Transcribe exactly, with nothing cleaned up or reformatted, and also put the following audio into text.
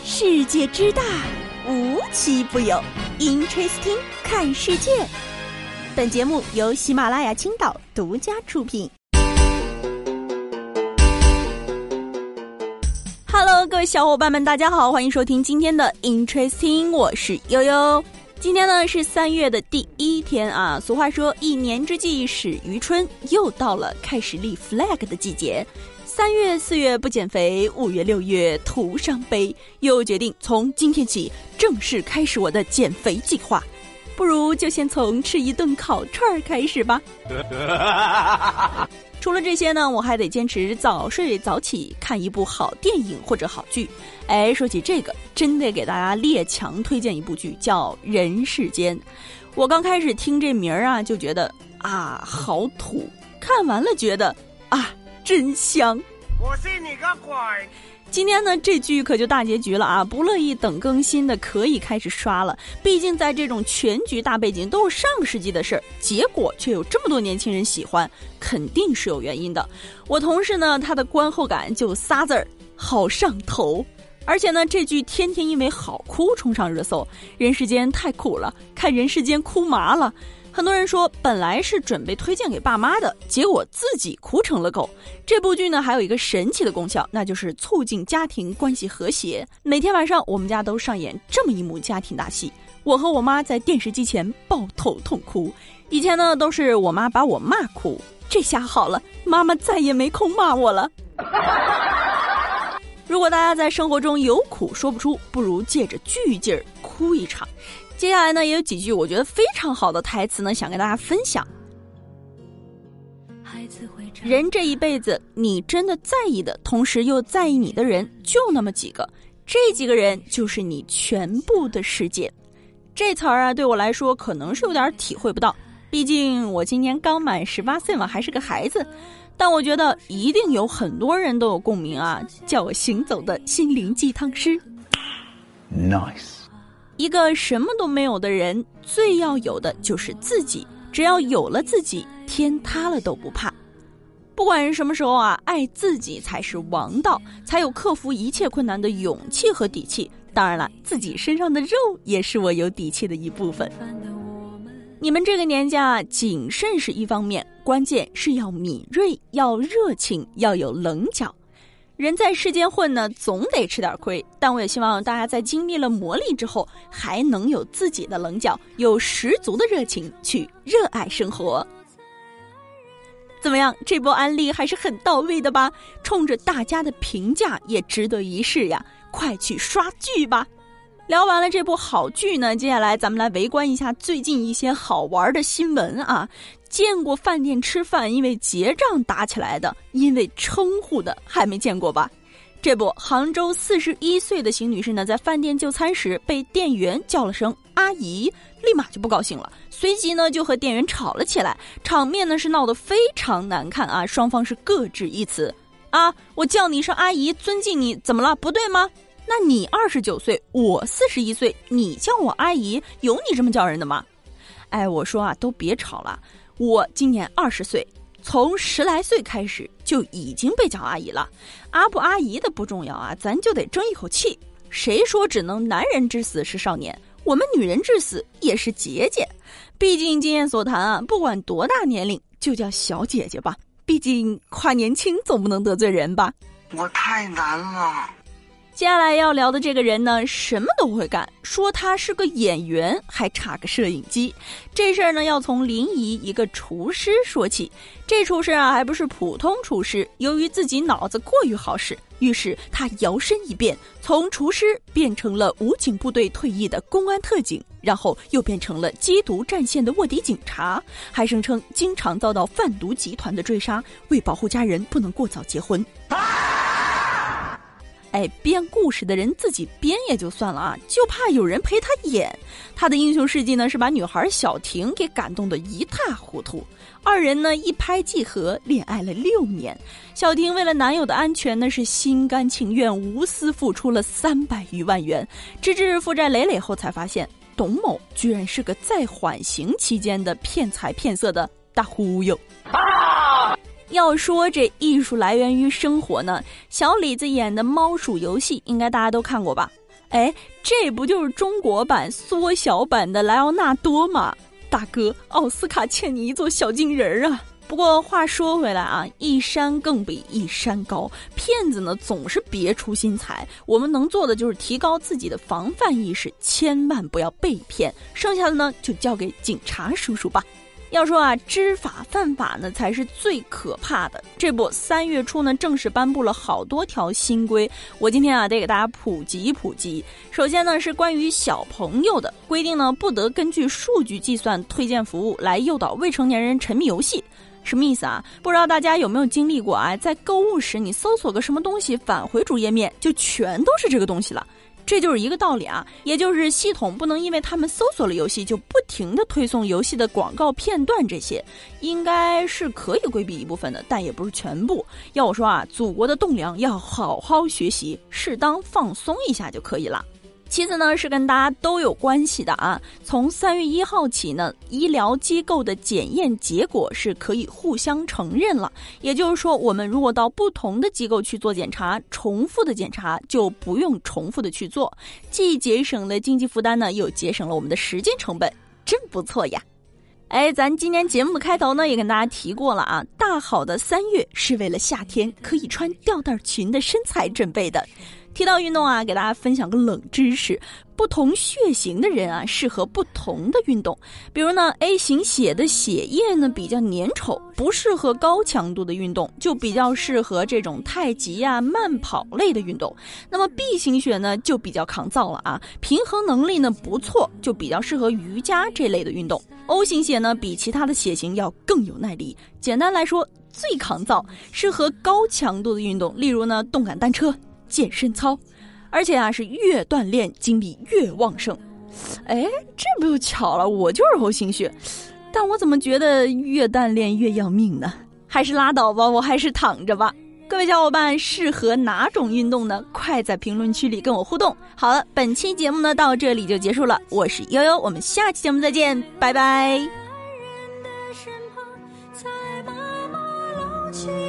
世界之大，无奇不有。Interesting 看世界。本节目由喜马拉雅青岛独家出品。Hello， 各位小伙伴们，大家好，欢迎收听今天的 Interesting， 我是悠悠。今天呢是三月的第一天啊，俗话说一年之计始于春，又到了开始立 flag 的季节。三月四月不减肥，五月六月徒伤悲，又决定从今天起正式开始我的减肥计划。不如就先从吃一顿烤串开始吧。除了这些呢，我还得坚持早睡早起，看一部好电影或者好剧。哎，说起这个，真得给大家列强推荐一部剧，叫《人世间》。我刚开始听这名儿啊，就觉得啊好土，看完了觉得啊真香。 我信你个鬼！ 今天呢，这剧可就大结局了啊！不乐意等更新的可以开始刷了。毕竟在这种全局大背景都是上个世纪的事儿，结果却有这么多年轻人喜欢，肯定是有原因的。我同事呢，他的观后感就仨字儿：好上头。而且呢，这剧天天因为好哭冲上热搜，人世间太苦了，看人世间哭麻了。很多人说本来是准备推荐给爸妈的，结果自己哭成了狗。这部剧呢还有一个神奇的功效，那就是促进家庭关系和谐。每天晚上我们家都上演这么一幕家庭大戏，我和我妈在电视机前抱头痛哭。以前呢都是我妈把我骂哭，这下好了，妈妈再也没空骂我了。如果大家在生活中有苦说不出，不如借着剧劲儿哭一场。接下来呢，也有几句我觉得非常好的台词呢，想跟大家分享。人这一辈子，你真的在意的，同时又在意你的人，就那么几个，这几个人就是你全部的世界。这词儿啊，对我来说可能是有点体会不到，毕竟我今年刚满十八岁嘛，还是个孩子。但我觉得一定有很多人都有共鸣啊，叫我行走的心灵鸡汤师。 Nice。 一个什么都没有的人，最要有的就是自己。只要有了自己，天塌了都不怕。不管是什么时候啊，爱自己才是王道，才有克服一切困难的勇气和底气。当然了，自己身上的肉也是我有底气的一部分。你们这个年假，谨慎是一方面，关键是要敏锐，要热情，要有棱角。人在世间混呢，总得吃点亏，但我也希望大家在经历了磨砺之后，还能有自己的棱角，有十足的热情去热爱生活。怎么样，这波安利还是很到位的吧？冲着大家的评价，也值得一试呀！快去刷剧吧！聊完了这部好剧呢，接下来咱们来围观一下最近一些好玩的新闻啊。见过饭店吃饭因为结账打起来的，因为称呼的还没见过吧？这不，杭州四十一岁的邢女士呢，在饭店就餐时被店员叫了声阿姨，立马就不高兴了，随即呢就和店员吵了起来，场面呢是闹得非常难看啊，双方是各执一词啊，我叫你一声阿姨，尊敬你，怎么了？不对吗？那你二十九岁，我四十一岁，你叫我阿姨，有你这么叫人的吗？哎，我说啊，都别吵了。我今年二十岁，从十来岁开始就已经被叫阿姨了。阿不阿姨的不重要啊，咱就得争一口气。谁说只能男人至死是少年？我们女人至死也是姐姐。毕竟经验所谈啊，不管多大年龄，就叫小姐姐吧。毕竟夸年轻总不能得罪人吧。 我太难了。 接下来要聊的这个人呢，什么都会干，说他是个演员，还差个摄影机。这事儿呢，要从临沂一个厨师说起。这厨师啊，还不是普通厨师，由于自己脑子过于好使，于是他摇身一变，从厨师变成了武警部队退役的公安特警，然后又变成了缉毒战线的卧底警察，还声称经常遭到贩毒集团的追杀，为保护家人不能过早结婚。哎，编故事的人自己编也就算了啊，就怕有人陪他演。他的英雄事迹呢，是把女孩小婷给感动得一塌糊涂。二人呢一拍即合，恋爱了六年。小婷为了男友的安全呢，是心甘情愿无私付出了三百余万元，直至负债累累后才发现，董某居然是个在缓刑期间的骗财骗色的大忽悠。啊！要说这艺术来源于生活呢，小李子演的《猫鼠游戏》应该大家都看过吧？ 哎，这不就是中国版缩小版的莱奥纳多吗？大哥，奥斯卡欠你一座小金人啊！不过话说回来啊，一山更比一山高，骗子呢总是别出心裁。我们能做的就是提高自己的防范意识，千万不要被骗。剩下的呢就交给警察叔叔吧。要说啊，知法犯法呢才是最可怕的。这不，三月初呢正式颁布了好多条新规，我今天啊得给大家普及普及。首先呢是关于小朋友的规定呢，不得根据数据计算推荐服务来诱导未成年人沉迷游戏。什么意思啊？不知道大家有没有经历过啊？在购物时你搜索个什么东西，返回主页面就全都是这个东西了。这就是一个道理啊，也就是系统不能因为他们搜索了游戏就不停地推送游戏的广告片段，这些应该是可以规避一部分的，但也不是全部。要我说啊，祖国的栋梁要好好学习，适当放松一下就可以了。其次呢是跟大家都有关系的啊，从三月一号起呢，医疗机构的检验结果是可以互相承认了。也就是说，我们如果到不同的机构去做检查，重复的检查就不用重复的去做，既节省了经济负担呢，又节省了我们的时间成本，真不错呀。哎，咱今天节目的开头呢也跟大家提过了啊，大好的三月是为了夏天可以穿吊带裙的身材准备的。提到运动啊，给大家分享个冷知识，不同血型的人啊适合不同的运动。比如呢 A 型血的血液呢比较粘稠，不适合高强度的运动，就比较适合这种太极啊慢跑类的运动。那么 B 型血呢就比较抗造了啊，平衡能力呢不错，就比较适合瑜伽这类的运动。O 型血呢比其他的血型要更有耐力，简单来说最抗造，适合高强度的运动，例如呢动感单车、健身操，而且啊是越锻炼精力越旺盛。哎，这不就巧了，我就是 O 型血，但我怎么觉得越锻炼越要命呢？还是拉倒吧，我还是躺着吧。各位小伙伴适合哪种运动呢？快在评论区里跟我互动。好了，本期节目呢到这里就结束了，我是悠悠，我们下期节目再见，拜拜。